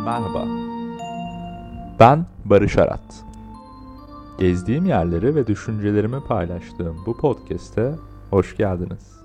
Merhaba, ben Barış Arat. Gezdiğim yerleri ve düşüncelerimi paylaştığım bu podcast'e hoş geldiniz.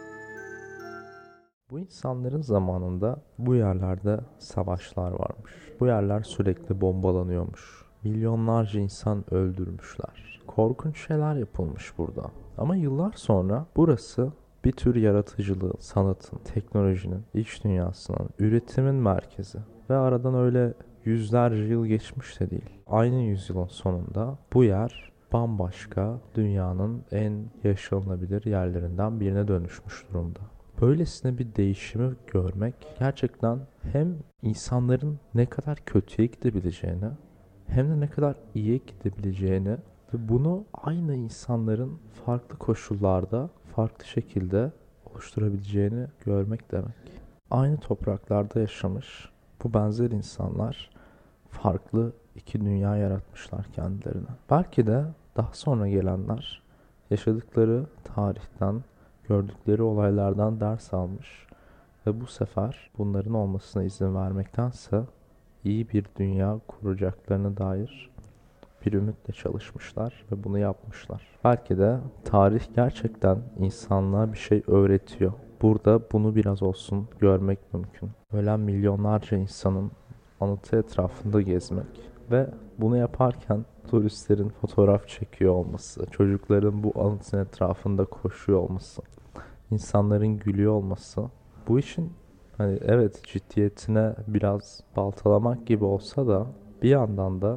Bu insanların zamanında bu yerlerde savaşlar varmış. Bu yerler sürekli bombalanıyormuş. Milyonlarca insan öldürmüşler. Korkunç şeyler yapılmış burada. Ama yıllar sonra burası bir tür yaratıcılığın, sanatın, teknolojinin, iç dünyasının, üretimin merkezi. Ve aradan öyle yüzlerce yıl geçmiş de değil. Aynı yüzyılın sonunda bu yer bambaşka dünyanın en yaşanılabilir yerlerinden birine dönüşmüş durumda. Böylesine bir değişimi görmek gerçekten hem insanların ne kadar kötüye gidebileceğini hem de ne kadar iyiye gidebileceğini ve bunu aynı insanların farklı koşullarda farklı şekilde oluşturabileceğini görmek demek. Aynı topraklarda yaşamış bu benzer insanlar farklı iki dünya yaratmışlar kendilerine. Belki de daha sonra gelenler yaşadıkları tarihten, gördükleri olaylardan ders almış ve bu sefer bunların olmasına izin vermektense iyi bir dünya kuracaklarına dair bir ümitle çalışmışlar ve bunu yapmışlar. Belki de tarih gerçekten insanlığa bir şey öğretiyor. Burada bunu biraz olsun görmek mümkün. Ölen milyonlarca insanın anıtı etrafında gezmek ve bunu yaparken turistlerin fotoğraf çekiyor olması, çocukların bu anıtın etrafında koşuyor olması, insanların gülüyor olması, bu işin hani evet ciddiyetine biraz baltalamak gibi olsa da bir yandan da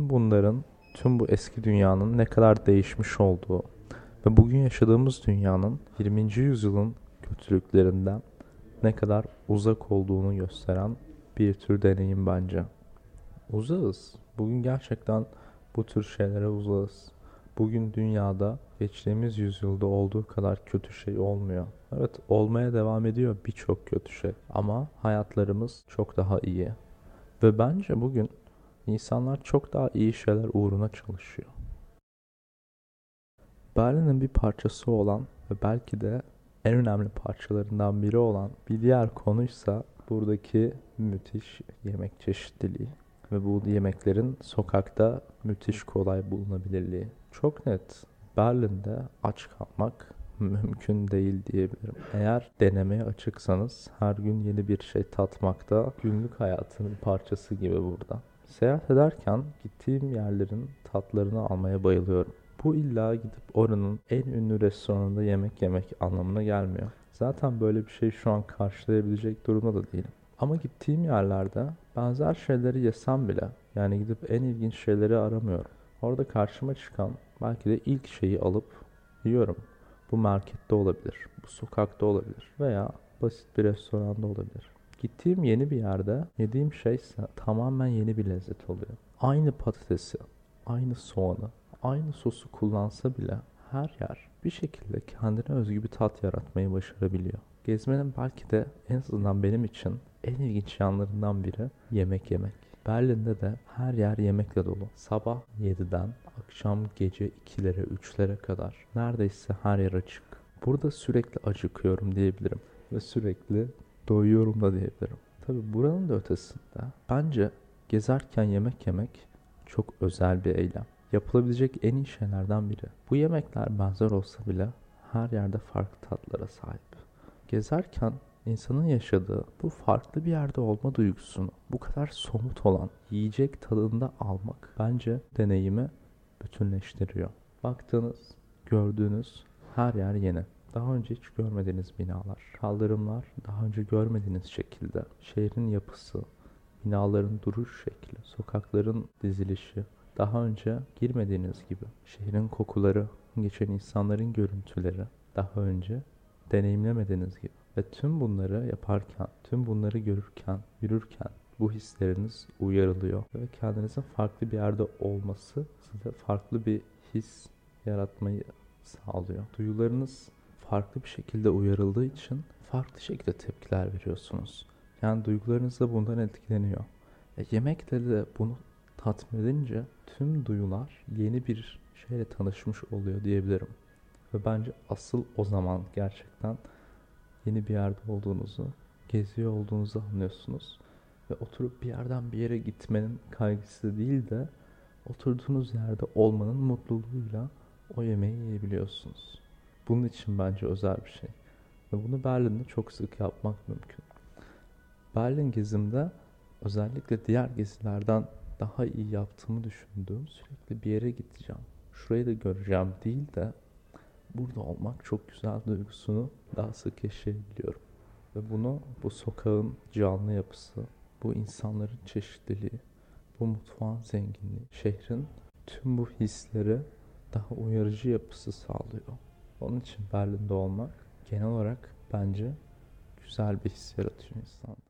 tüm bu eski dünyanın ne kadar değişmiş olduğu ve bugün yaşadığımız dünyanın 20. yüzyılın kötülüklerinden ne kadar uzak olduğunu gösteren bir tür deneyim bence. Uzağız. Bugün gerçekten bu tür şeylere uzağız. Bugün dünyada geçtiğimiz yüzyılda olduğu kadar kötü şey olmuyor. Evet, olmaya devam ediyor birçok kötü şey. Ama hayatlarımız çok daha iyi. Ve bence bugün insanlar çok daha iyi şeyler uğruna çalışıyor. Berlin'in bir parçası olan ve belki de en önemli parçalarından biri olan bir diğer konuysa buradaki müthiş yemek çeşitliliği ve bu yemeklerin sokakta müthiş kolay bulunabilirliği. Çok net, Berlin'de aç kalmak mümkün değil diyebilirim. Eğer denemeye açıksanız her gün yeni bir şey tatmak da günlük hayatının parçası gibi burada. Seyahat ederken gittiğim yerlerin tatlarını almaya bayılıyorum. Bu illa gidip oranın en ünlü restoranında yemek yemek anlamına gelmiyor. Zaten böyle bir şey şu an karşılayabilecek durumda da değilim. Ama gittiğim yerlerde benzer şeyleri yesem bile yani gidip en ilginç şeyleri aramıyorum. Orada karşıma çıkan belki de ilk şeyi alıp yiyorum. Bu markette olabilir, bu sokakta olabilir veya basit bir restoranda olabilir. Gittiğim yeni bir yerde yediğim şey ise tamamen yeni bir lezzet oluyor. Aynı patatesi, aynı soğanı, aynı sosu kullansa bile her yer bir şekilde kendine özgü bir tat yaratmayı başarabiliyor. Gezmenin belki de en azından benim için en ilginç yanlarından biri yemek yemek. Berlin'de de her yer yemekle dolu. Sabah 7'den akşam gece 2'lere 3'lere kadar neredeyse her yer açık. Burada sürekli acıkıyorum diyebilirim ve sürekli doyuyorum da diyebilirim. Tabii buranın da ötesinde bence gezerken yemek yemek çok özel bir eylem. Yapılabilecek en iyi şeylerden biri. Bu yemekler benzer olsa bile her yerde farklı tatlara sahip. Gezerken insanın yaşadığı bu farklı bir yerde olma duygusunu bu kadar somut olan yiyecek tadında almak bence deneyimi bütünleştiriyor. Baktığınız, gördüğünüz her yer yeni. Daha önce hiç görmediğiniz binalar, kaldırımlar daha önce görmediğiniz şekilde, şehrin yapısı, binaların duruş şekli, sokakların dizilişi, daha önce girmediğiniz gibi, şehrin kokuları, geçen insanların görüntüleri, daha önce deneyimlemediğiniz gibi. Ve tüm bunları yaparken, tüm bunları görürken, yürürken bu hisleriniz uyarılıyor. Ve kendinizin farklı bir yerde olması size farklı bir his yaratmayı sağlıyor. Duyularınız farklı bir şekilde uyarıldığı için farklı şekilde tepkiler veriyorsunuz. Yani duygularınız da bundan etkileniyor. Yemekle de bunu tatmin edince tüm duyular yeni bir şeyle tanışmış oluyor diyebilirim. Ve bence asıl o zaman gerçekten yeni bir yerde olduğunuzu, geziyor olduğunuzu anlıyorsunuz. ve oturup bir yerden bir yere gitmenin kaygısı değil de oturduğunuz yerde olmanın mutluluğuyla o yemeği yiyebiliyorsunuz. Bunun için bence özel bir şey. Ve bunu Berlin'de çok sık yapmak mümkün. Berlin gezimde özellikle diğer gezilerden daha iyi yaptığımı düşündüğüm sürekli bir yere gideceğim, şurayı da göreceğim değil de burada olmak çok güzel duygusunu daha sık yaşayabiliyorum. Ve bunu bu sokağın canlı yapısı, bu insanların çeşitliliği, bu mutfağın zenginliği, şehrin tüm bu hisleri daha uyarıcı yapısı sağlıyor. Onun için Berlin'de olmak genel olarak bence güzel bir his yaratıyor insan.